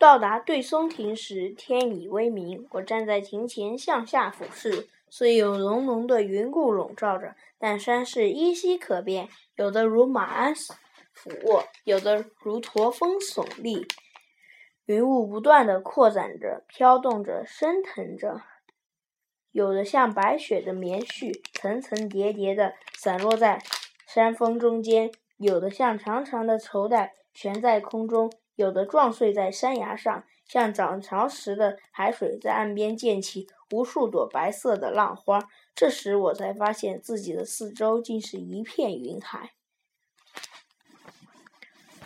到达对松亭时，天已微明。我站在亭前向下俯视，虽有浓浓的云雾笼罩着，但山势依稀可辨，有的如马鞍俯卧，有的如驼峰耸立。云雾不断地扩展着，飘动着，升腾着，有的像白雪的棉絮，层层叠叠地散落在山峰中间，有的像长长的绸带悬在空中，有的撞碎在山崖上，像涨潮时的海水在岸边溅起无数朵白色的浪花。这时我才发现自己的四周竟是一片云海。